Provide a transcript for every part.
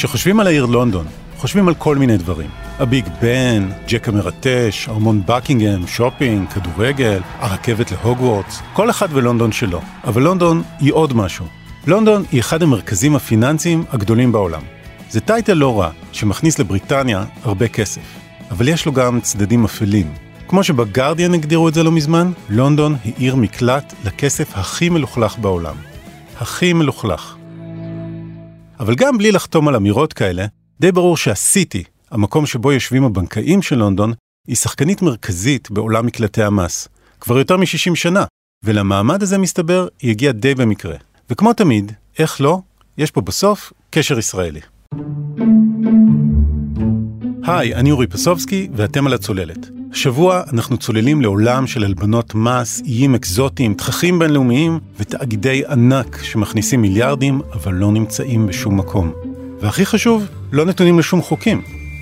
כשחושבים על העיר לונדון, חושבים על כל מיני דברים. הביג בן, ג'ק המרטש, ארמון בקינגהם, שופינג, כדורגל, הרכבת להוגוורטס, כל אחד ולונדון שלו. אבל לונדון היא עוד משהו. לונדון היא אחד המרכזים הפיננסיים הגדולים בעולם. זה טייטל לא רע, שמכניס לבריטניה הרבה כסף. אבל יש לו גם צדדים אפלים. כמו שבגרדיאן הגדירו את זה לא מזמן, לונדון היא עיר מקלט לכסף הכי מלוכלך בעולם. הכי מלוכלך. אבל גם בלי לחתום על אמירות כאלה, די ברור שהסיטי, המקום שבו יושבים הבנקאים של לונדון, היא שחקנית מרכזית בעולם מקלטי המס. כבר יותר מ-60 שנה. ולמעמד הזה מסתבר, היא הגיעה די במקרה. וכמו תמיד, איך לא, יש פה בסוף קשר ישראלי. היי, אני אורי פסובסקי, ואתם על הצוללת. השבוע אנחנו צוללים לעולם של הלבנות מס, איים אקזוטיים, תככים בינלאומיים ותאגידי ענק שמכניסים מיליארדים, אבל לא נמצאים בשום מקום. והכי חשוב, לא נתונים לשום חוקים.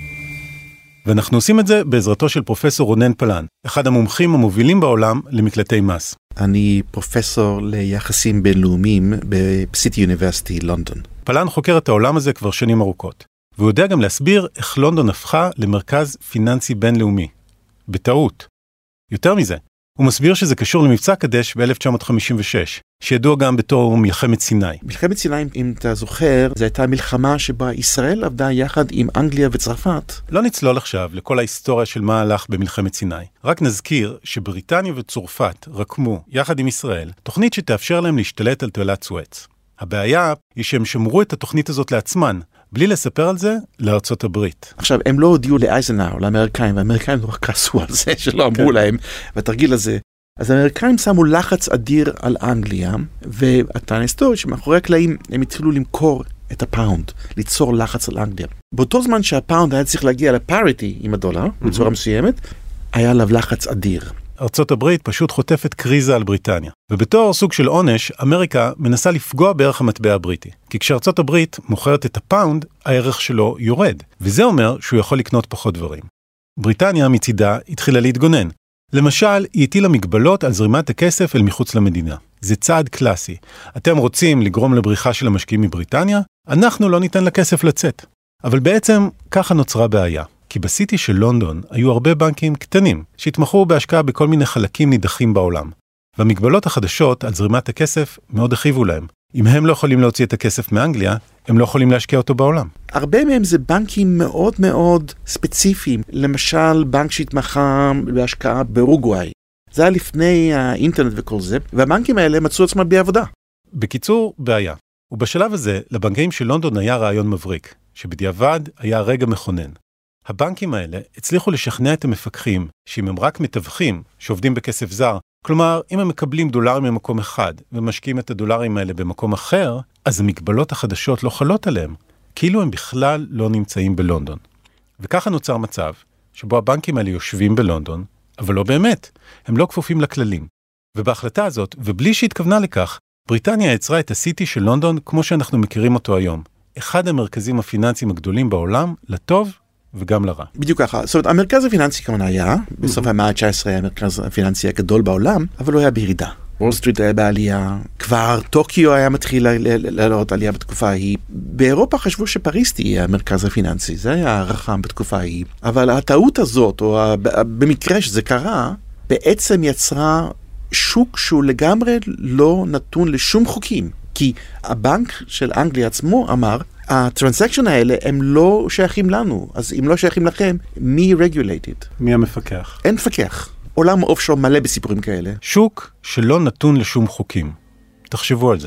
ואנחנו עושים את זה בעזרתו של פרופסור רונן פלן, אחד המומחים המובילים בעולם למקלטי מס. אני פרופסור ליחסים בינלאומיים בסיטי יוניברסיטי לונדון. פלן חוקר את העולם הזה כבר שנים ארוכות, והוא יודע גם להסביר איך לונדון הפכה למרכז פיננסי בינלאומי. בטעות. יותר מזה, הוא מסביר שזה קשור למבצע קדש ב-1956, שידוע גם בתור מלחמת סיני. מלחמת סיני, אם אתה זוכר, זו הייתה מלחמה שבה ישראל עבדה יחד עם אנגליה וצרפת. לא נצלול עכשיו לכל ההיסטוריה של מה הלך במלחמת סיני. רק נזכיר שבריטניה וצרפת רקמו, יחד עם ישראל, תוכנית שתאפשר להם להשתלט על תעלת סואץ. הבעיה היא שהם שמרו את התוכנית הזאת לעצמן, בלי לספר על זה לארצות הברית. עכשיו, הם לא הודיעו לאייזנהאואר, לאמריקאים, והאמריקאים נורא כעסו על זה, שלא אמרו להם, והתרגיל הזה. אז האמריקאים שמו לחץ אדיר על אנגליה, והטענה היסטורית שמאחורי הקלעים הם התחילו למכור את הפאונד, ליצור לחץ על אנגליה. באותו זמן שהפאונד היה צריך להגיע לפאריטי עם הדולר, בצורה מסוימת, היה עליו לחץ אדיר. ארצות הברית פשוט חוטפת קריזה על בריטניה. ובתור סוג של עונש, אמריקה מנסה לפגוע בערך המטבע הבריטי. כי כשארצות הברית מוכרת את הפאונד, הערך שלו יורד. וזה אומר שהוא יכול לקנות פחות דברים. בריטניה מצידה התחילה להתגונן. למשל, היא הטילה מגבלות על זרימת הכסף אל מחוץ למדינה. זה צעד קלאסי. אתם רוצים לגרום לבריחה של המשקיעים מבריטניה? אנחנו לא ניתן לכסף לצאת. אבל בעצם ככה נוצרה בעיה. כי בסיטי של לונדון היו הרבה בנקים קטנים שהתמחו בהשקעה בכל מיני חלקים נידחים בעולם. והמגבלות החדשות על זרימת הכסף מאוד הכיבו להם. אם הם לא יכולים להוציא את הכסף מאנגליה, הם לא יכולים להשקיע אותו בעולם. הרבה מהם זה בנקים מאוד מאוד ספציפיים. למשל, בנק שהתמחה בהשקעה באורוגוואי. זה היה לפני האינטרנט וכל זה, והבנקים האלה מצאו עצמם בעבודה. בקיצור, בעיה. ובשלב הזה, לבנקאים של לונדון היה רעיון מבריק, שבדיעבד היה רגע מכונן. הבנקים האלה הצליחו לשכנע את המפקחים שאם הם רק מתווכים שעובדים בכסף זר, כלומר, אם הם מקבלים דולרים ממקום אחד ומשקיעים את הדולרים האלה במקום אחר, אז המגבלות החדשות לא חלות עליהם, כאילו הם בכלל לא נמצאים בלונדון. וככה נוצר מצב שבו הבנקים האלה יושבים בלונדון, אבל לא באמת, הם לא כפופים לכללים. ובהחלטה הזאת, ובלי שהתכוונה לכך, בריטניה יצרה את הסיטי של לונדון כמו שאנחנו מכירים אותו היום. אחד המרכזים הפיננסיים הגדולים בעולם, לטוב וגם לרע. בדיוק ככה. זאת אומרת, המרכז הפיננסי כמובן היה, בסוף המאה ה-19 היה המרכז הפיננסי הגדול בעולם, אבל הוא היה בירידה. וול סטריט היה בעלייה, כבר טוקיו היה מתחיל לעלות עלייה בתקופה ההיא. באירופה חשבו שפריז תהיה המרכז הפיננסי, זה היה הרחם בתקופה ההיא. אבל הטעות הזאת, או במקרה שזה קרה, בעצם יצרה שוק שהוא לגמרי לא נתון לשום חוקים. כי הבנק של אנגליה עצמו אמר, הטרנסקשן האלה הם לא שייכים לנו, אז אם לא שייכים לכם, מי regulated? מי המפקח? אין מפקח. עולם אופשור מלא בסיפורים כאלה. שוק שלא נתון לשום חוקים. תחשבו על זה.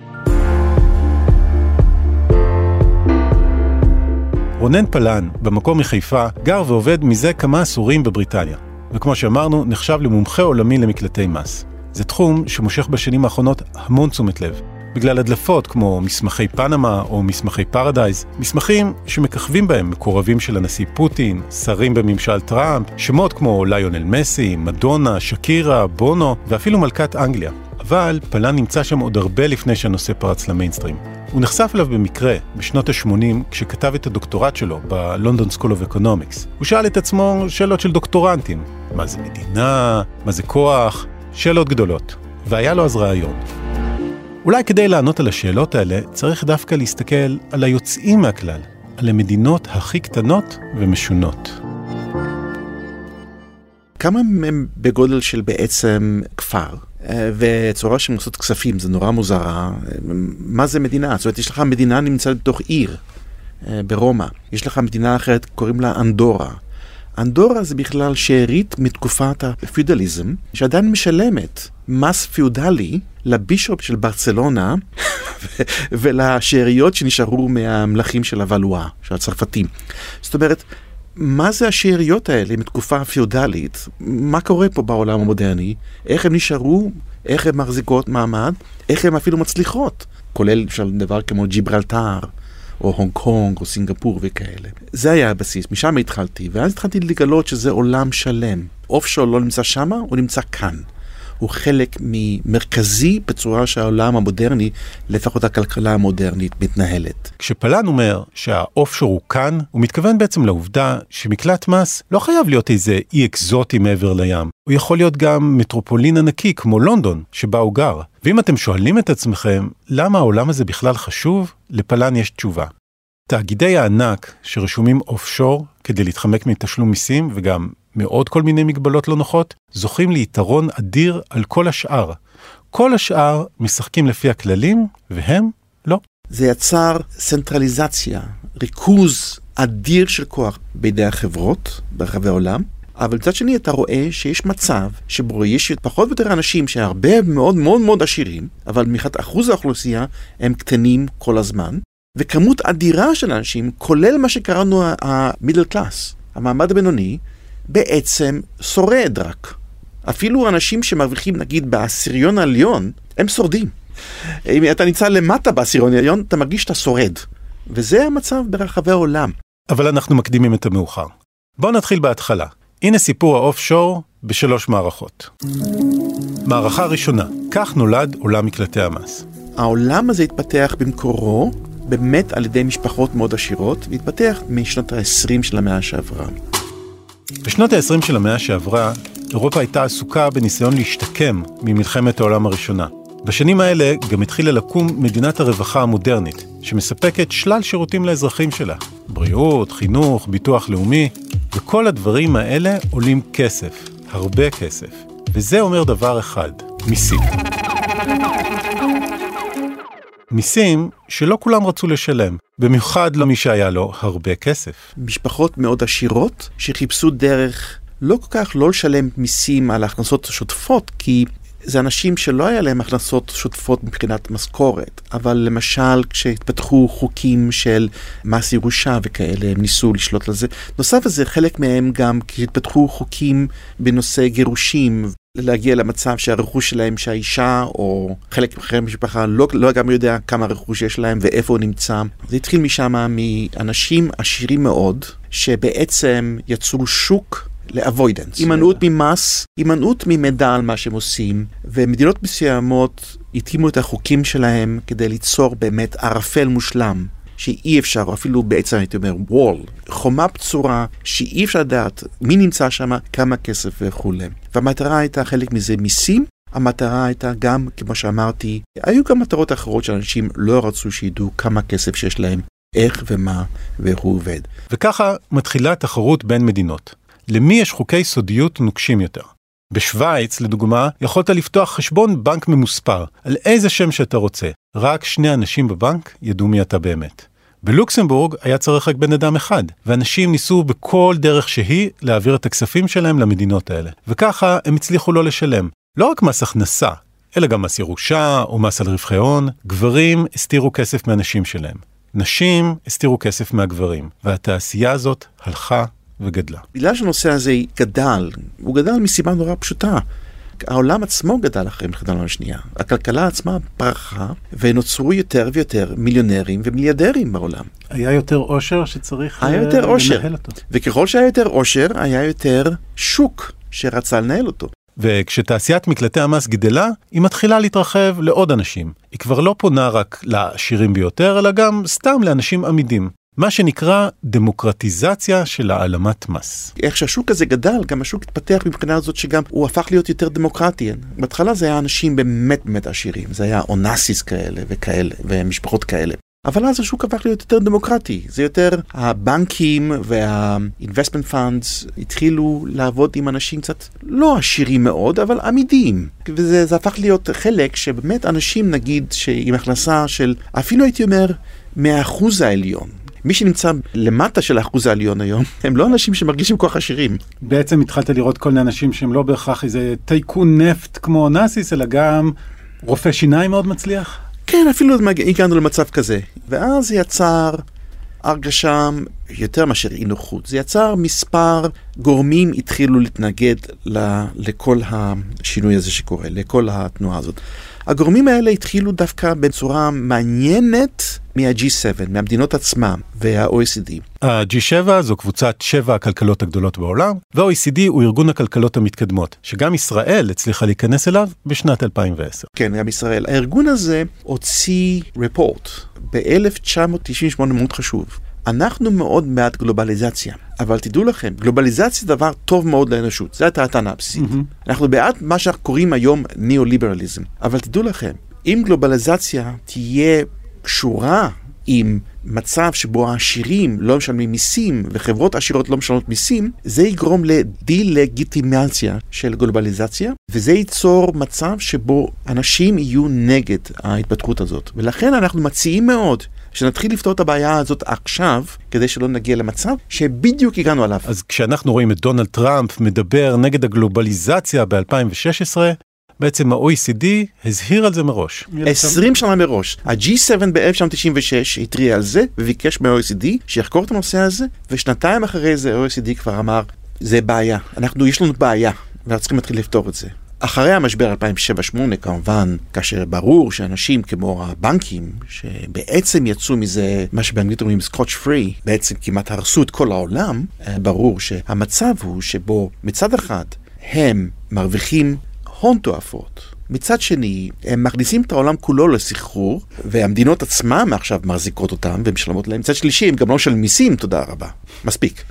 רונן פלן, במקום מחיפה, גר ועובד מזה כמה עשורים בבריטניה. וכמו שאמרנו, נחשב למומחה עולמי למקלטי מס. זה תחום שמושך בשנים האחרונות המון תשומת לב. בגלל הדלפות כמו מסמכי פנמה או מסמכי פרדייז, מסמכים שמככבים בהם מקורבים של הנשיא פוטין, שרים בממשל טראמפ, שמות כמו ליונל מסי, מדונה, שקירה, בונו ואפילו מלכת אנגליה. אבל פלן נמצא שם עוד הרבה לפני שהנושא פרץ למיינסטרים. הוא נחשף אליו במקרה בשנות ה-80 כשכתב את הדוקטורט שלו בלונדון סקול אוף אקונומיקס. הוא שאל את עצמו שאלות של דוקטורנטים. מה זה מדינה? מה זה כוח? שאלות גדולות. והיה לו אז רעיון. אולי כדי לענות על השאלות האלה צריך דווקא להסתכל על היוצאים מהכלל, על המדינות הכי קטנות ומשונות. כמה הם בגודל של בעצם כפר, וצורה שהם עושות כספים, זה נורא מוזרה. מה זה מדינה? זאת אומרת, יש לך מדינה נמצאת בתוך עיר, ברומא. יש לך מדינה אחרת, קוראים לה אנדורה. אנדורה זה בכלל שארית מתקופת הפיודליזם, שעדיין משלמת מס פיודלי לבישופ של ברצלונה, ולשאריות שנשארו מהמלכים של הוולואה, של הצרפתים. זאת אומרת, מה זה השאריות האלה מתקופה הפיודלית? מה קורה פה בעולם המודרני? איך הם נשארו? איך הם מחזיקות מעמד? איך הם אפילו מצליחות? כולל של דבר כמו ג'יברלטר, או הונג קונג, או סינגפור וכאלה. זה היה הבסיס, משם התחלתי, ואז התחלתי לגלות שזה עולם שלם. אופשור לא נמצא שמה, הוא נמצא כאן. הוא חלק ממרכזי בצורה שהעולם המודרני, לפחות הכלכלה המודרנית, מתנהלת. כשפלן אומר שהאופשור הוא כאן, הוא מתכוון בעצם לעובדה שמקלט מס לא חייב להיות איזה אי אקזוטי מעבר לים. הוא יכול להיות גם מטרופולין ענקי כמו לונדון, שבה הוא גר. ואם אתם שואלים את עצמכם, למה העולם הזה בכלל חשוב? לפלן יש תשובה. תאגידי הענק שרשומים אופשור כדי להתחמק מתשלום מיסים וגם מעוד כל מיני מגבלות לא נוחות, זוכים ליתרון אדיר על כל השאר. כל השאר משחקים לפי הכללים, והם לא. זה יצר סנטרליזציה, ריכוז אדיר של כוח בידי החברות ברחבי העולם, אבל מצד שני אתה רואה שיש מצב שבו יש פחות ויותר אנשים שהרבה מאוד מאוד מאוד עשירים, אבל מבחינת אחוז האוכלוסייה הם קטנים כל הזמן, וכמות אדירה של אנשים, כולל מה שקראנו המידל קלאס, המעמד הבינוני, בעצם שורד רק. אפילו אנשים שמרוויחים, נגיד, בעשיריון העליון, הם שורדים. אם אתה נמצא למטה בעשיריון העליון, אתה מרגיש שאתה שורד. וזה המצב ברחבי העולם. אבל אנחנו מקדימים את המאוחר. בואו נתחיל בהתחלה. הנה סיפור האופשור בשלוש מערכות. מערכה ראשונה, כך נולד עולם מקלטי המס. העולם הזה התפתח במקורו, באמת על ידי משפחות מאוד עשירות, והתפתח משנות ה-20 של המאה שעברה. בשנות ה-20 של המאה שעברה, אירופה הייתה עסוקה בניסיון להשתקם ממלחמת העולם הראשונה. בשנים האלה גם התחילה לקום מדינת הרווחה המודרנית, שמספקת שלל שירותים לאזרחים שלה. בריאות, חינוך, ביטוח לאומי, וכל הדברים האלה עולים כסף, הרבה כסף. וזה אומר דבר אחד, מיסים. מיסים שלא כולם רצו לשלם, במיוחד לא מי שהיה לו הרבה כסף. משפחות מאוד עשירות שחיפשו דרך לא כל כך לא לשלם מיסים על הכנסות שוטפות, כי זה אנשים שלא היה להם הכנסות שוטפות מבחינת משכורת, אבל למשל כשהתפתחו חוקים של מס ירושה וכאלה, הם ניסו לשלוט לזה. נוסף לזה, חלק מהם גם כשהתפתחו חוקים בנושא גירושים, להגיע למצב שהרכוש שלהם, שהאישה או חלק אחר משפחה לא גם יודע כמה רכוש יש להם ואיפה הוא נמצא. זה התחיל משם מאנשים עשירים מאוד, שבעצם יצרו שוק לאבוידנס. הימנעות ממס, הימנעות ממידע על מה שהם עושים, ומדינות מסוימות התאימו את החוקים שלהם כדי ליצור באמת ערפל מושלם, שאי אפשר, או אפילו בעצם הייתי אומר, וול, חומה בצורה, שאי אפשר לדעת מי נמצא שם, כמה כסף וכו'. והמטרה הייתה חלק מזה מיסים, המטרה הייתה גם, כמו שאמרתי, היו גם מטרות אחרות שאנשים לא רצו שידעו כמה כסף שיש להם, איך ומה ואיך הוא עובד. וככה מתחילה תחרות בין מדינות. למי יש חוקי סודיות נוקשים יותר? בשוויץ, לדוגמה, יכולת לפתוח חשבון בנק ממוספר, על איזה שם שאתה רוצה. רק שני אנשים בבנק ידעו מי אתה באמת. בלוקסמבורג היה צריך רק בן אדם אחד, ואנשים ניסו בכל דרך שהיא להעביר את הכספים שלהם למדינות האלה. וככה הם הצליחו לא לשלם. לא רק מס הכנסה, אלא גם מס ירושה או מס על רווחי הון. גברים הסתירו כסף מהנשים שלהם. נשים הסתירו כסף מהגברים. והתעשייה הזאת הלכה וגדלה. בגלל שהנושא הזה גדל, הוא גדל מסיבה נורא פשוטה. העולם עצמו גדל אחרי מלחמת העולם השנייה. הכלכלה עצמה פרחה, ונוצרו יותר ויותר מיליונרים ומיליארדרים בעולם. היה יותר עושר שצריך לנהל אותו. וככל שהיה יותר עושר, היה יותר שוק שרצה לנהל אותו. וכשתעשיית מקלטי המס גדלה, היא מתחילה להתרחב לעוד אנשים. היא כבר לא פונה רק לעשירים ביותר, אלא גם סתם לאנשים עמידים. מה שנקרא דמוקרטיזציה של העלמת מס. איך שהשוק הזה גדל, גם השוק התפתח מבחינה הזאת שגם הוא הפך להיות יותר דמוקרטי. בהתחלה זה היה אנשים באמת עשירים, זה היה אונסיס כאלה וכאלה, ומשפחות כאלה. אבל אז השוק הפך להיות יותר דמוקרטי. זה יותר הבנקים וה-investment funds התחילו לעבוד עם אנשים קצת לא עשירים מאוד, אבל עמידים. וזה הפך להיות חלק שבאמת אנשים נגיד שעם הכנסה של אפילו הייתי אומר 100% העליון. מי שנמצא למטה של האחוז העליון היום, הם לא אנשים שמרגישים כל כך עשירים. בעצם התחלת לראות כל מיני אנשים שהם לא בהכרח איזה טייקון נפט כמו נאסיס, אלא גם רופא שיניים מאוד מצליח? כן, אפילו הגענו למצב כזה. ואז זה יצר הרגשה יותר מאשר אי נוחות. זה יצר מספר גורמים התחילו להתנגד לכל השינוי הזה שקורה, לכל התנועה הזאת. הגורמים האלה התחילו דווקא בצורה מעניינת מה-G7, מהמדינות עצמם וה-OECD. ה-G7 זו קבוצת 7 הכלכלות הגדולות בעולם, וה-OECD הוא ארגון הכלכלות המתקדמות, שגם ישראל הצליחה להיכנס אליו בשנת 2010. כן, גם ישראל. הארגון הזה הוציא רפורט ב-1998 מאוד חשוב. אנחנו מאוד מעט גלובליזציה, אבל תדעו לכם, גלובליזציה זה דבר טוב מאוד לאנושות, זו הייתה הטענה הבסיסית. אנחנו בעד מה שאנחנו קוראים היום ניאו-ליברליזם, אבל תדעו לכם, אם גלובליזציה תהיה קשורה עם מצב שבו העשירים לא משלמים מיסים וחברות עשירות לא משלמות מיסים, זה יגרום לדי-לגיטימציה של גלובליזציה, וזה ייצור מצב שבו אנשים יהיו נגד ההתפתחות הזאת. ולכן אנחנו מציעים מאוד שנתחיל לפתור את הבעיה הזאת עכשיו, כדי שלא נגיע למצב שבדיוק הגענו עליו. אז כשאנחנו רואים את דונלד טראמפ מדבר נגד הגלובליזציה ב-2016, בעצם ה-OECD הזהיר על זה מראש. 20 שנה מראש. ה-G7 ב-1996 התריע על זה, וביקש מה-OECD שיחקור את הנושא הזה, ושנתיים אחרי זה ה-OECD כבר אמר, זה בעיה. יש לנו בעיה, ואנחנו צריכים להתחיל לפתור את זה. אחרי המשבר 2007-2008 כמובן, כאשר ברור שאנשים כמו הבנקים, שבעצם יצאו מזה, מה שבאנגלית אומרים סקוטש פרי, בעצם כמעט הרסו את כל העולם, ברור שהמצב הוא שבו מצד אחד הם מרוויחים הון תועפות. מצד שני, הם מכניסים את העולם כולו לסחרור, והמדינות עצמם עכשיו מחזיקות אותם ומשלמות להם. מצד שלישי, הם גם לא משלמים מיסים, תודה רבה. מספיק.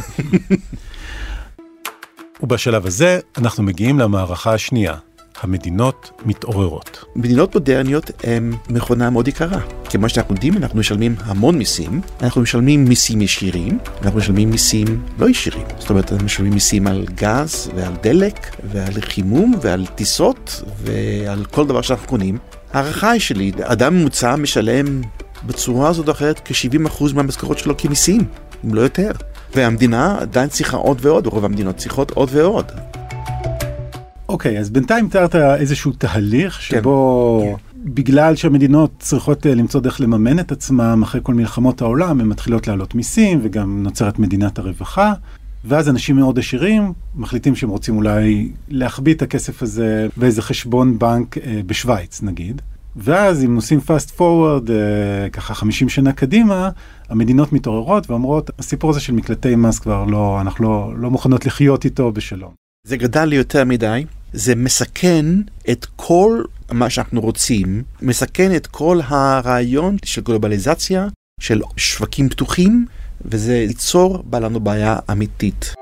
ובשלב הזה אנחנו מגיעים למערכה השנייה. המדינות מתעוררות. מדינות מודרניות הן מכונה מאוד יקרה. כמו שאנחנו יודעים, אנחנו משלמים המון מיסים, אנחנו משלמים מיסים ישירים, אנחנו משלמים מיסים לא ישירים. זאת אומרת, אנחנו משלמים מיסים על גז ועל דלק ועל חימום ועל טיסות ועל כל דבר שאנחנו קונים. הערכה שלי, אדם ממוצע משלם בצורה הזאת או אחרת כ-70% מהמשכורות שלו כמיסים, אם לא יותר. והמדינה עדיין צריכה עוד ועוד, ורוב המדינות צריכות עוד ועוד. אוקיי, אז בינתיים תיארת איזשהו תהליך שבו בגלל שהמדינות צריכות למצוא דרך לממן את עצמם אחרי כל מלחמות העולם, הן מתחילות לעלות מיסים וגם נוצרת מדינת הרווחה, ואז אנשים מאוד עשירים מחליטים שהם רוצים אולי להחביא את הכסף הזה באיזה חשבון בנק בשוויץ נגיד, ואז אם עושים fast forward ככה 50 שנה קדימה, המדינות מתעוררות ואומרות, הסיפור הזה של מקלטי מס כבר לא, אנחנו לא מוכנות לחיות איתו בשלום. זה גדל לי יותר מדי, זה מסכן את כל מה שאנחנו רוצים, מסכן את כל הרעיון של גלובליזציה, של שווקים פתוחים, וזה ייצור לנו בעיה אמיתית.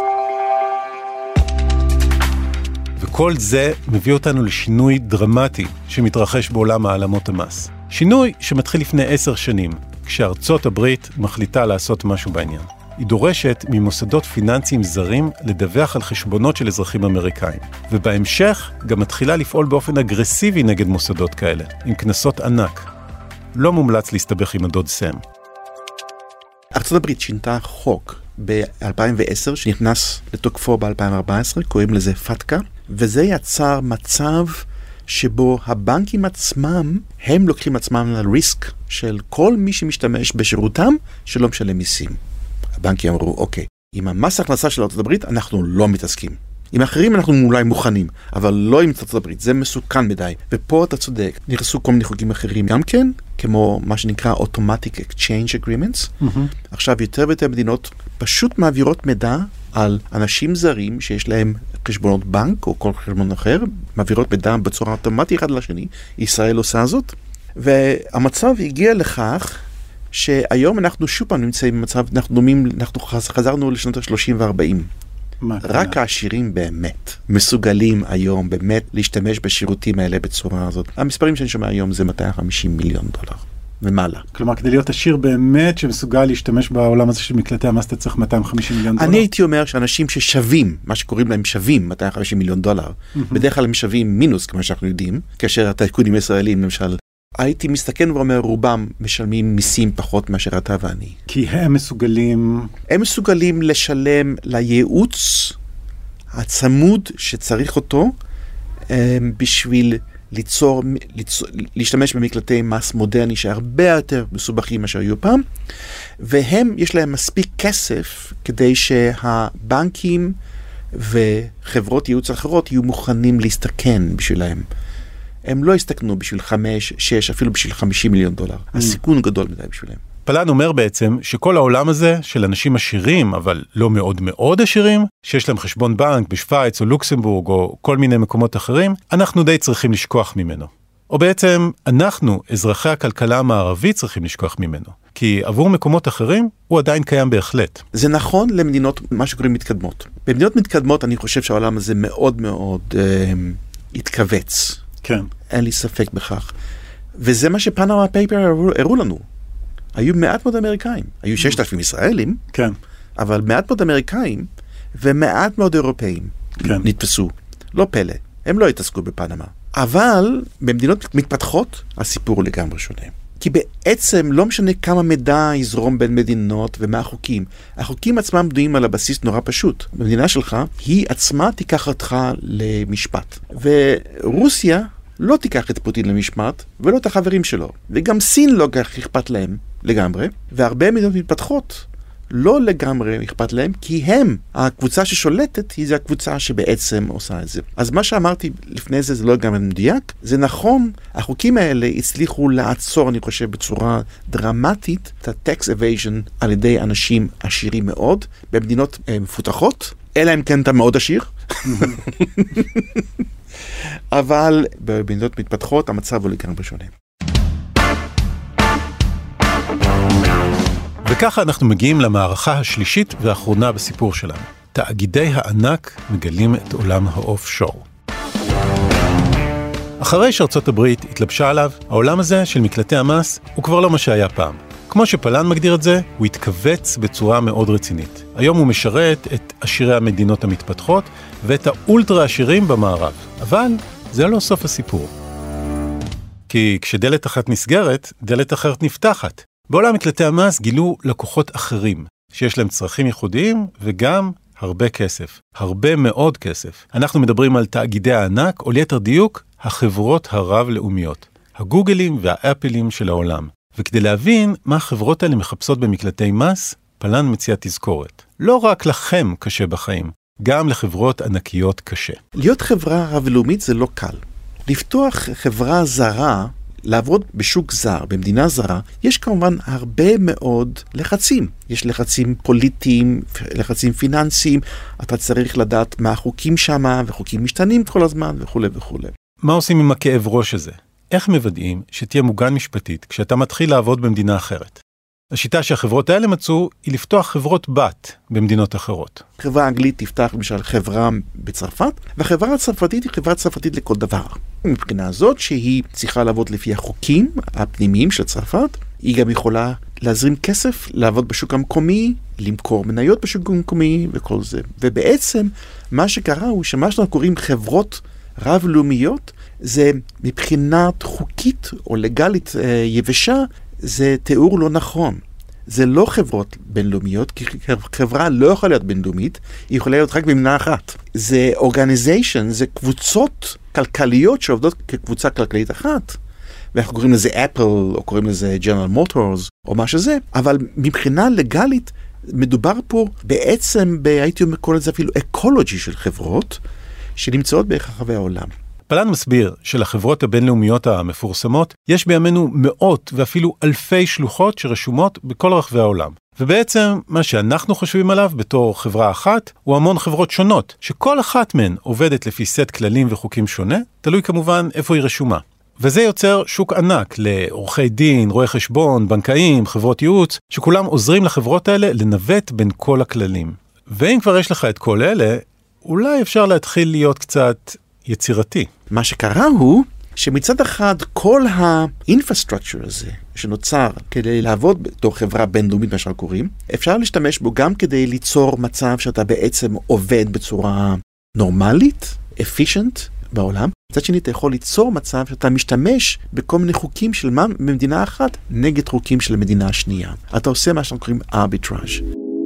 וכל זה מביא אותנו לשינוי דרמטי שמתרחש בעולם העלמות המס. שינוי שמתחיל לפני 10 שנים, כשארצות הברית מחליטה לעשות משהו בעניין. היא דורשת ממוסדות פיננסיים זרים לדווח על חשבונות של אזרחים אמריקאים. ובהמשך גם מתחילה לפעול באופן אגרסיבי נגד מוסדות כאלה, עם כנסות ענק. לא מומלץ להסתבך עם הדוד סם. ארצות הברית שינתה חוק ב-2010 שנכנס לתוקפו ב-2014, קוראים לזה פתקה, וזה יצר מצב שבו הבנקים עצמם, הם לוקחים עצמם לריסק של כל מי שמשתמש בשירותם שלא משלם מיסים. הבנקים אמרו, אוקיי, עם המס הכנסה של ארצות הברית אנחנו לא מתעסקים. עם אחרים אנחנו אולי מוכנים, אבל לא עם ארצות הברית, זה מסוכן מדי. ופה אתה צודק, נכנסו כל מיני חוקים אחרים גם כן, כמו מה שנקרא Automatic Exchange Agreements. עכשיו יותר ויותר מדינות פשוט מעבירות מידע על אנשים זרים שיש להם חשבונות בנק או כל חשבון אחר, מעבירות מידע בצורה אוטומטית אחד לשני. ישראל עושה זאת, והמצב הגיע לכך שהיום אנחנו שוב פעם נמצאים במצב, אנחנו חזרנו לשנות ה-30 ו-40. רק העשירים באמת מסוגלים היום באמת להשתמש בשירותים האלה בצורה הזאת. המספרים שאני שומע היום זה $250 מיליון. ומעלה. כלומר, כדי להיות עשיר באמת שמסוגל להשתמש בעולם הזה של מקלטי המס, אתה צריך 250 מיליון דולר. אני הייתי אומר שאנשים ששווים, מה שקוראים להם שווים, 250 מיליון דולר, בדרך כלל הם שווים מינוס, כמו שאנחנו יודעים, כאשר הטייקונים הישראלים, למשל, הייתי מסתכן ואומר, רובם משלמים מיסים פחות מאשר אתה ואני. כי הם מסוגלים לשלם לייעוץ הצמוד שצריך אותו, בשביל להשתמש במקלטי מס מודרני שהרבה יותר מסובכים מאשר היו פעם, והם יש להם מספיק כסף כדי שהבנקים וחברות ייעוץ אחרות יהיו מוכנים להסתכן בשבילהם. הם לא הסתכנו בשביל 5, 6, אפילו בשביל 50 מיליון דולר. הסיכון גדול מדי בשבילהם. פלן אומר בעצם שכל העולם הזה של אנשים עשירים, אבל לא מאוד מאוד עשירים, שיש להם חשבון בנק בשוויץ או לוקסמבורג או כל מיני מקומות אחרים, אנחנו די צריכים לשכוח ממנו. או בעצם אנחנו, אזרחי הכלכלה המערבית, צריכים לשכוח ממנו. כי עבור מקומות אחרים הוא עדיין קיים בהחלט. זה נכון למדינות, מה שקוראים מתקדמות. במדינות מתקדמות אני חושב שהעולם הזה מאוד מאוד התכווץ. כן. אין לי ספק בכך. וזה מה שפנמה פייפר הראו לנו. היו מעט מאוד אמריקאים. היו 6,000 ישראלים, כן. אבל מעט מאוד אמריקאים ומעט מאוד אירופאים כן. נתפסו. לא פלא. הם לא התעסקו בפנמה. אבל במדינות מתפתחות הסיפור הוא לגמרי שונה. כי בעצם לא משנה כמה מידע יזרום בין מדינות ומה החוקים. החוקים עצמם בנויים על הבסיס נורא פשוט. במדינה שלך, היא עצמה תיקח אותך למשפט. ורוסיה לא תיקח את פוטין למשפט, ולא את החברים שלו. וגם סין לא כך אכפת להם לגמרי. והרבה מדינות מתפתחות לא לגמרי אכפת להם, כי הם, הקבוצה ששולטת, היא זה הקבוצה שבעצם עושה את זה. אז מה שאמרתי לפני זה, זה לא לגמרי מדויק. זה נכון, החוקים האלה הצליחו לעצור, אני חושב, בצורה דרמטית, את ה-tax evasion על ידי אנשים עשירים מאוד, במדינות מפותחות, אלא אם כן אתה מאוד עשיר. אבל במדינות מתפתחות, המצב הוא לגמרי שונה. וככה אנחנו מגיעים למערכה השלישית והאחרונה בסיפור שלנו. תאגידי הענק מגלים את עולם האוף-שור. אחרי שארצות הברית התלבשה עליו, העולם הזה של מקלטי המס הוא כבר לא מה שהיה פעם. כמו שפלן מגדיר את זה, הוא התכווץ בצורה מאוד רצינית. היום הוא משרת את עשירי המדינות המתפתחות ואת האולטרה עשירים במערב. אבל זה לא סוף הסיפור. כי כשדלת אחת נסגרת, דלת אחרת נפתחת. בעולם מקלטי המס גילו לקוחות אחרים, שיש להם צרכים ייחודיים וגם הרבה כסף. הרבה מאוד כסף. אנחנו מדברים על תאגידי הענק, או ליתר דיוק, החברות הרב-לאומיות. הגוגלים והאפלים של העולם. וכדי להבין מה החברות האלה מחפשות במקלטי מס, פלן מציע תזכורת. לא רק לכם קשה בחיים, גם לחברות ענקיות קשה. להיות חברה רב-לאומית זה לא קל. לפתוח חברה זרה, לעבוד בשוק זר, במדינה זרה, יש כמובן הרבה מאוד לחצים. יש לחצים פוליטיים, לחצים פיננסיים, אתה צריך לדעת מה החוקים שם, וחוקים משתנים כל הזמן, וכו' וכו'. מה עושים עם הכאב ראש הזה? איך מוודאים שתהיה מוגן משפטית כשאתה מתחיל לעבוד במדינה אחרת? השיטה שהחברות האלה מצאו היא לפתוח חברות בת במדינות אחרות. חברה אנגלית תפתח למשל חברה בצרפת, והחברה הצרפתית היא חברה צרפתית לכל דבר. מבחינה הזאת שהיא צריכה לעבוד לפי החוקים הפנימיים של צרפת, היא גם יכולה להזרים כסף, לעבוד בשוק המקומי, למכור מניות בשוק המקומי וכל זה. ובעצם מה שקרה הוא שמה שאנחנו קוראים חברות רב-לאומיות, זה מבחינת חוקית או לגלית יבשה, זה תיאור לא נכון. זה לא חברות בינלאומיות, כי חברה לא יכולה להיות בינלאומית, היא יכולה להיות רק במדינה אחת. זה organization, זה קבוצות כלכליות שעובדות כקבוצה כלכלית אחת. ואנחנו קוראים לזה אפל, או קוראים לזה ג'נרל מוטורס, או מה שזה, אבל מבחינה לגלית, מדובר פה בעצם, הייתי אומר קורא לזה אפילו אקולוגי של חברות, שנמצאות ברחבי העולם. פלן מסביר שלחברות הבינלאומיות המפורסמות יש בימינו מאות ואפילו אלפי שלוחות שרשומות בכל רחבי העולם. ובעצם מה שאנחנו חושבים עליו בתור חברה אחת הוא המון חברות שונות, שכל אחת מהן עובדת לפי סט כללים וחוקים שונה, תלוי כמובן איפה היא רשומה. וזה יוצר שוק ענק לעורכי דין, רואי חשבון, בנקאים, חברות ייעוץ, שכולם עוזרים לחברות האלה לנווט בין כל הכללים. ואם כבר יש לך את כל אלה, אולי אפשר להתחיל להיות קצת יצירתי. מה שקרה הוא שמצד אחד כל האינפרסטרקצ'ר הזה שנוצר כדי לעבוד בתור חברה בינלאומית, מה שאנחנו קוראים, אפשר להשתמש בו גם כדי ליצור מצב שאתה בעצם עובד בצורה נורמלית, efficient בעולם. מצד שני, אתה יכול ליצור מצב שאתה משתמש בכל מיני חוקים של מדינה אחת נגד חוקים של מדינה שנייה. אתה עושה מה שאנחנו קוראים arbitrage.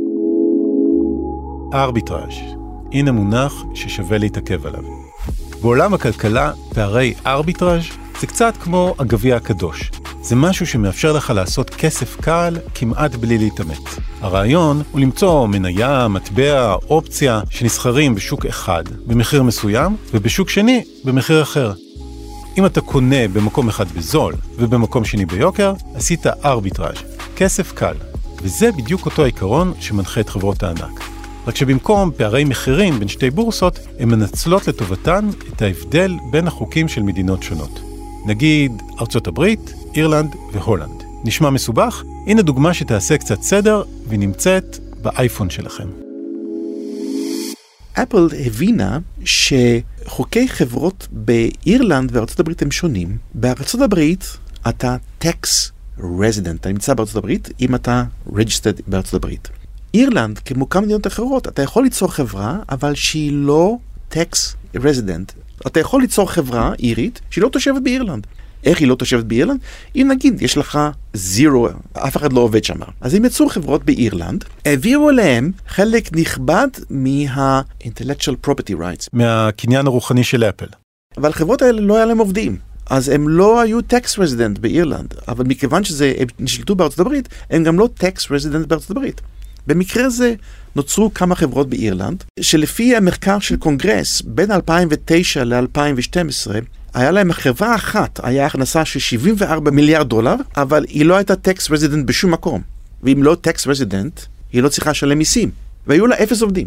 ארביטראז', הנה מונח ששווה להתעכב עליו. בעולם הכלכלה, פערי ארביטראז' זה קצת כמו הגביע הקדוש. זה משהו שמאפשר לך לעשות כסף קל כמעט בלי להתאמץ. הרעיון הוא למצוא מניה, מטבע, אופציה שנסחרים בשוק אחד במחיר מסוים ובשוק שני במחיר אחר. אם אתה קונה במקום אחד בזול ובמקום שני ביוקר, עשית ארביטראז', כסף קל. וזה בדיוק אותו העיקרון שמנחה את חברות הענק. רק שבמקום פערי מחירים בין שתי בורסות, הן מנצלות לטובתן את ההבדל בין החוקים של מדינות שונות. נגיד ארצות הברית, אירלנד והולנד. נשמע מסובך? הנה דוגמה שתעשה קצת סדר ונמצאת באייפון שלכם. אפל הבינה שחוקי חברות באירלנד וארצות הברית הם שונים. בארצות הברית אתה tax resident, אתה נמצא בארצות הברית אם אתה registered בארצות הברית. אירלנד, כמו כמה מדינות אחרות, אתה יכול ליצור חברה, אבל שהיא לא tax resident. אתה יכול ליצור חברה אירית שהיא לא תושבת באירלנד. איך היא לא תושבת באירלנד? אם נגיד יש לך זירו, אף אחד לא עובד שם. אז אם יצאו חברות באירלנד, העבירו להם חלק נכבד מה-intellectual property rights. מהקניין הרוחני של אפל. אבל החברות האלה לא היה להם עובדים. אז הם לא היו tax resident באירלנד. אבל מכיוון שהם נשלטו בארצות הברית, הם גם לא tax resident בארצות הברית. במקרה זה נוצרו כמה חברות באירלנד, שלפי המחקר של קונגרס, בין 2009 ל-2012, היה להם חברה אחת, היה הכנסה של $74 מיליארד, אבל היא לא הייתה tax resident בשום מקום. ואם לא tax resident, היא לא צריכה לשלם מיסים. והיו לה 0 עובדים.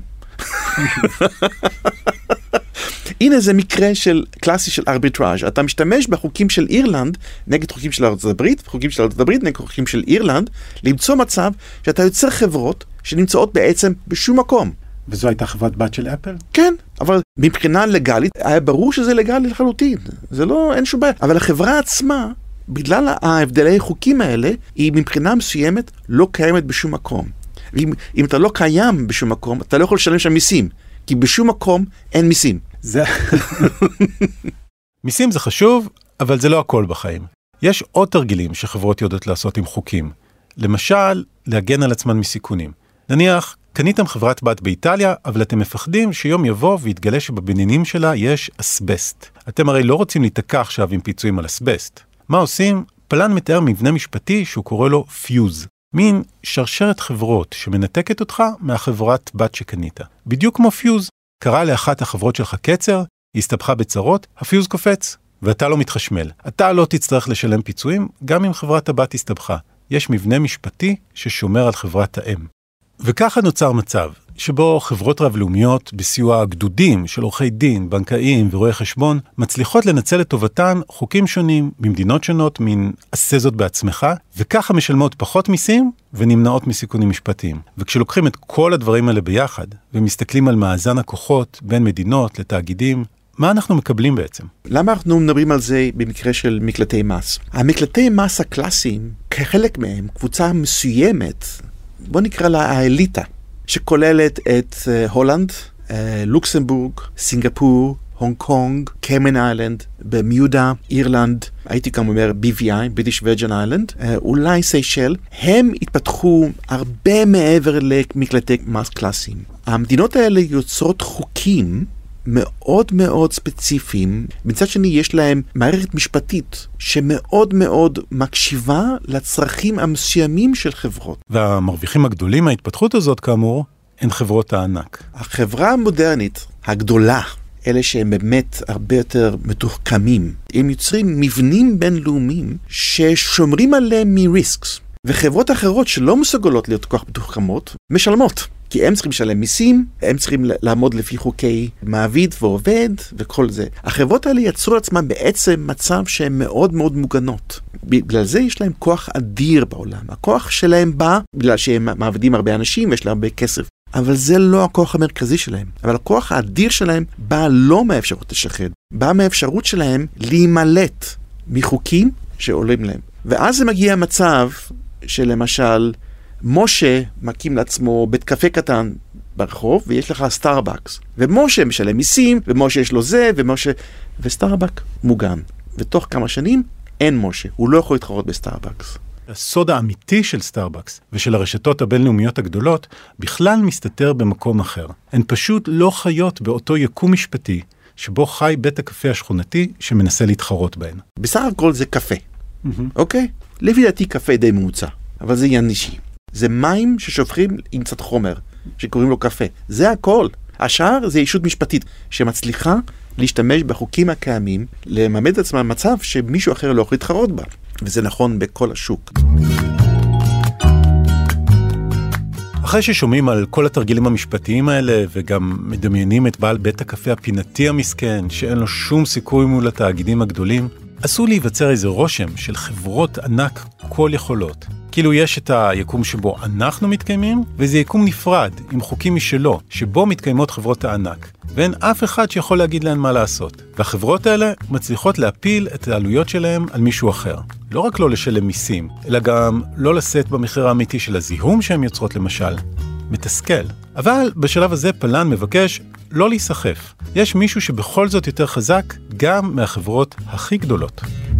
הנה זה מקרה קלאסי של ארביטראז'. אתה משתמש בחוקים של אירלנד נגד חוקים של ארצות הברית, וחוקים של ארצות הברית נגד חוקים של אירלנד, למצוא מצב שאתה יוצר חברות שנמצאות בעצם בשום מקום. וזו הייתה חברת בת של אפל? כן, אבל מבחינה לגלית, היה ברור שזה לגלי לחלוטין. זה לא, אין שום בעיה. אבל החברה עצמה, בגלל ההבדלי חוקים האלה, היא מבחינה מסוימת לא קיימת בשום מקום. ואם אתה לא קיים בשום מקום, אתה לא יכול לשלם שם מיסים. כי בשום מקום אין מיסים. מיסים זה חשוב, אבל זה לא הכל בחיים. יש עוד תרגילים שחברות יודעות לעשות עם חוקים. למשל, להגן על עצמן מסיכונים. נניח, קניתם חברת בת באיטליה, אבל אתם מפחדים שיום יבוא ויתגלה שבבניינים שלה יש אסבסט. אתם הרי לא רוצים להתקע עכשיו עם פיצויים על אסבסט. מה עושים? פלן מתאר מבנה משפטי שהוא קורא לו פיוז. מין שרשרת חברות שמנתקת אותך מהחברת בת שקנית. בדיוק כמו פיוז. קרה לאחת החברות שלך קצר, היא הסתבכה בצרות, הפיוז קופץ, ואתה לא מתחשמל. אתה לא תצטרך לשלם פיצויים, גם אם חברת הבת הסתבכה. יש מבנה משפטי ששומר על חברת האם. וככה נוצר מצב, שבו חברות רב-לאומיות בסיוע הגדודים של עורכי דין, בנקאים ורואי חשבון, מצליחות לנצל לטובתן חוקים שונים במדינות שונות, מן עשה זאת בעצמך, וככה משלמות פחות מיסים ונמנעות מסיכונים משפטיים. וכשלוקחים את כל הדברים האלה ביחד, ומסתכלים על מאזן הכוחות בין מדינות לתאגידים, מה אנחנו מקבלים בעצם? למה אנחנו מדברים על זה במקרה של מקלטי מס? המקלטי מס הקלאסיים, כחלק מהם, קבוצה מסוימת, בוא נקרא לה האליטה, שכוללת את הולנד, לוקסמבורג, סינגפור, הונג קונג, קיימן איילנד, במיודה, אירלנד, הייתי גם אומר BVI, British Virgin Island, אולי סיישל, הם התפתחו הרבה מעבר למקלטי מס קלאסיים. המדינות האלה יוצרות חוקים מאוד מאוד ספציפיים, מצד שני יש להם מערכת משפטית שמאוד מאוד מקשיבה לצרכים המסוימים של חברות. והמרוויחים הגדולים מההתפתחות הזאת כאמור, הן חברות הענק. החברה המודרנית הגדולה, אלה שהם באמת הרבה יותר מתוחכמים, הם יוצרים מבנים בינלאומיים ששומרים עליהם מריסקס. וחברות אחרות שלא מסוגלות להיות כל כך מתוחכמות, משלמות. כי הם צריכים לשלם מיסים, הם צריכים לעמוד לפי חוקי מעביד ועובד וכל זה. החברות האלה יצרו לעצמם בעצם מצב שהן מאוד מאוד מוגנות. בגלל זה יש להם כוח אדיר בעולם. הכוח שלהם בא בגלל שהם מעבדים הרבה אנשים ויש להם הרבה כסף. אבל זה לא הכוח המרכזי שלהם. אבל הכוח האדיר שלהם בא לא מהאפשרות לשחד, בא מהאפשרות שלהם להימלט מחוקים שעולים להם. ואז זה מגיע מצב שלמשל, משה מקים לעצמו בית קפה קטן ברחוב, ויש לך סטארבקס. ומשה משלם מיסים, ומשה יש לו זה, וסטארבק מוגן. ותוך כמה שנים אין משה, הוא לא יכול להתחרות בסטארבקס. הסוד האמיתי של סטארבקס ושל הרשתות הבינלאומיות הגדולות בכלל מסתתר במקום אחר. הן פשוט לא חיות באותו יקום משפטי שבו חי בית הקפה השכונתי שמנסה להתחרות בהן. בסך הכל זה קפה, אוקיי? לפי דעתי קפה די ממוצע, אבל זה עניין אישי. זה מים ששופכים עם קצת חומר, שקוראים לו קפה. זה הכל. השאר זה ישות משפטית שמצליחה להשתמש בחוקים הקיימים, לממד את עצמם מצב שמישהו אחר לא יכול להתחרות בה. וזה נכון בכל השוק. אחרי ששומעים על כל התרגילים המשפטיים האלה, וגם מדמיינים את בעל בית הקפה הפינתי המסכן, שאין לו שום סיכוי מול התאגידים הגדולים, עשו להיווצר איזה רושם של חברות ענק כל יכולות. כאילו יש את היקום שבו אנחנו מתקיימים, וזה יקום נפרד, עם חוקים משלו, שבו מתקיימות חברות הענק. ואין אף אחד שיכול להגיד להן מה לעשות. והחברות האלה מצליחות להפיל את העלויות שלהם על מישהו אחר. לא רק לא לשלם מיסים, אלא גם לא לשאת במחיר האמיתי של הזיהום שהן יוצרות למשל. מתסכל. אבל בשלב הזה פלן מבקש לא להיסחף. יש מישהו שבכל זאת יותר חזק גם מהחברות הכי גדולות.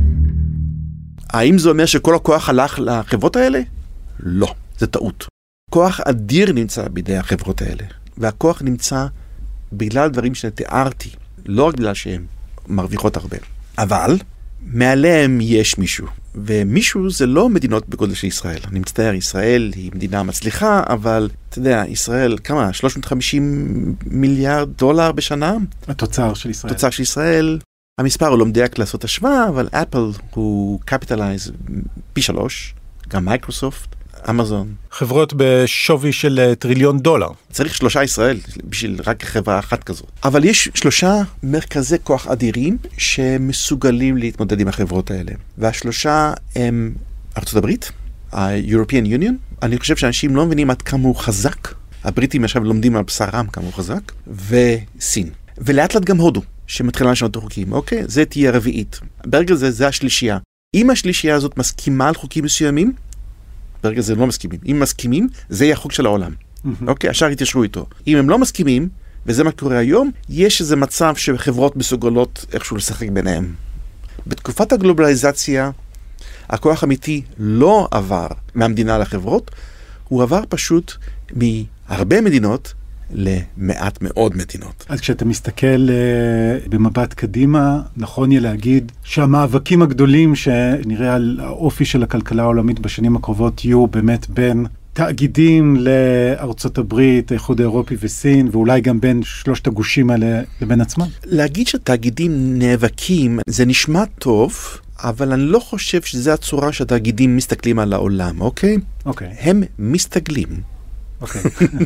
האם זה אומר שכל הכוח הלך לחברות האלה? לא, זה טעות. כוח אדיר נמצא בידי החברות האלה, והכוח נמצא בגלל דברים שתיארתי, לא רק בגלל שהן מרוויחות הרבה. אבל מעליהם יש מישהו, ומישהו זה לא מדינות בגודל של ישראל. אני מצטער, ישראל היא מדינה מצליחה, אבל אתה יודע, ישראל, כמה? 350 מיליארד דולר בשנה? התוצר של ישראל. התוצר של ישראל. המספר הוא לא מדייק לעשות השוואה, אבל אפל הוא קפיטלייז פי 3, גם מייקרוסופט, אמזון. חברות בשווי של $1 טריליון. צריך 3 ישראל בשביל רק חברה אחת כזאת. אבל יש 3 מרכזי כוח אדירים שמסוגלים להתמודד עם החברות האלה. וה3 הם ארצות הברית, ה-European Union. אני חושב שאנשים לא מבינים עד כמה הוא חזק. הבריטים עכשיו לומדים על בשרם כמה הוא חזק. וסין. ולאט לאט גם הודו. שמתחילה לשנות חוקים, אוקיי? זה תהיה הרביעית. ברגע זה השלישייה. אם השלישייה הזאת מסכימה על חוקים מסוימים, ברגע זה לא מסכימים. אם מסכימים, זה יהיה החוק של העולם. אוקיי? השאר יתיישרו איתו. אם הם לא מסכימים, וזה מה קורה היום, יש איזה מצב שחברות מסוגלות איכשהו לשחק ביניהם. בתקופת הגלובליזציה, הכוח האמיתי לא עבר מהמדינה לחברות, הוא עבר פשוט מהרבה מדינות, למעט מאוד מדינות. אז כשאתה מסתכל במבט קדימה, נכון יהיה להגיד שהמאבקים הגדולים שנראה על האופי של הכלכלה העולמית בשנים הקרובות יהיו באמת בין תאגידים לארצות הברית, האיחוד האירופי וסין, ואולי גם בין 3 הגושים האלה לבין עצמם? להגיד שתאגידים נאבקים זה נשמע טוב, אבל אני לא חושב שזה הצורה שהתאגידים מסתכלים על העולם, אוקיי? אוקיי. הם מסתגלים. אוקיי.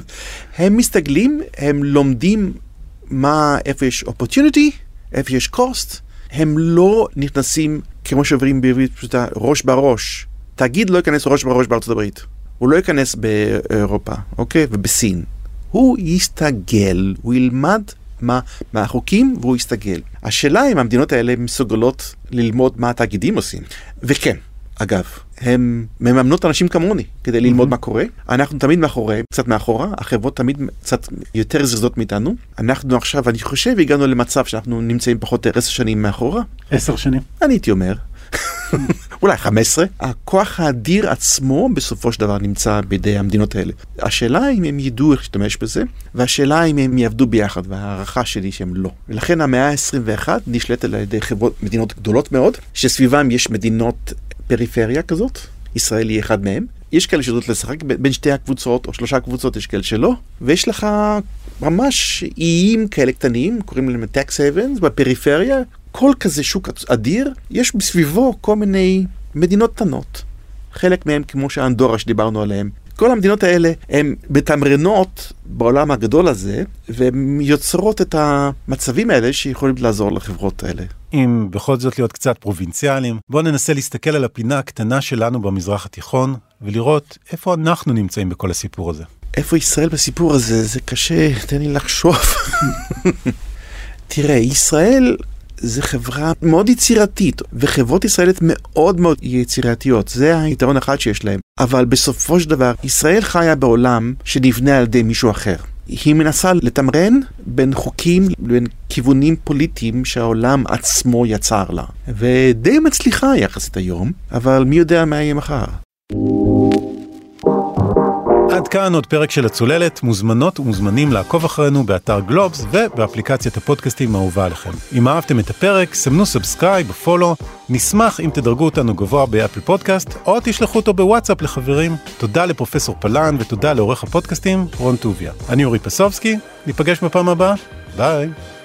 הם מסתגלים, הם לומדים איפה יש opportunity, איפה יש cost, הם לא נכנסים, כמו שעוברים בעברית פשוטה, ראש בראש. תאגיד לא ייכנס ראש בראש בארצות הברית. הוא לא ייכנס באירופה, אוקיי? ובסין. הוא יסתגל, הוא ילמד מהחוקים והוא יסתגל. השאלה אם המדינות האלה מסוגלות ללמוד מה התאגידים עושים. וכן, אגב, הם מממנות אנשים כמוני כדי ללמוד מה קורה. אנחנו תמיד מאחורי, קצת מאחורה, החברות תמיד קצת יותר זרזות מאיתנו. אנחנו עכשיו, אני חושב, הגענו למצב שאנחנו נמצאים פחות 10 שנים מאחורה. 10 שנים. אני הייתי אומר. אולי 15. הכוח האדיר עצמו בסופו של דבר נמצא בידי המדינות האלה. השאלה אם הם ידעו איך להשתמש בזה, והשאלה אם הם יעבדו ביחד, והערכה שלי שהם לא. ולכן המאה ה-21 נשלטת על ידי מדינות גדולות מאוד, שסביבם יש מדינות פריפריה כזאת, ישראל היא אחד מהם. יש כאלה שיודעות לשחק בין 2 הקבוצות או 3 קבוצות, יש כאלה שלא, ויש לך ממש איים כאלה קטנים, קוראים להם tax havens, בפריפריה, כל כזה שוק אדיר, יש בסביבו כל מיני מדינות קטנות. חלק מהם כמו שאנדורה שדיברנו עליהם. כל המדינות האלה הן בתמרנות בעולם הגדול הזה, והן יוצרות את המצבים האלה שיכולים לעזור לחברות האלה. אם בכל זאת להיות קצת פרובינציאליים, בואו ננסה להסתכל על הפינה הקטנה שלנו במזרח התיכון, ולראות איפה אנחנו נמצאים בכל הסיפור הזה. איפה ישראל בסיפור הזה? זה קשה, תן לי לחשוב. תראה, ישראל זה חברה מאוד יצירתית, וחברות ישראלית מאוד מאוד יצירתיות. זה היתרון אחד שיש להם. אבל בסופו של דבר, ישראל חיה בעולם שנבנה על ידי מישהו אחר. היא מנסה לתמרן בין חוקים, בין כיוונים פוליטיים שהעולם עצמו יצר לה. ודי מצליחה יחסית היום, אבל מי יודע מה יהיה מחר. עד כאן עוד פרק של הצוללת. מוזמנות ומוזמנים לעקוב אחרינו באתר גלובס ובאפליקציית הפודקאסטים האהובה עליכם. אם אהבתם את הפרק, סמנו סאבסקרייב או פולו. נשמח אם תדרגו אותנו גבוה באפל פודקאסט או תשלחו אותו בוואטסאפ לחברים. תודה לפרופסור פלן ותודה לעורך הפודקאסטים רון טוביה. אני אורי פסובסקי, ניפגש בפעם הבאה. ביי.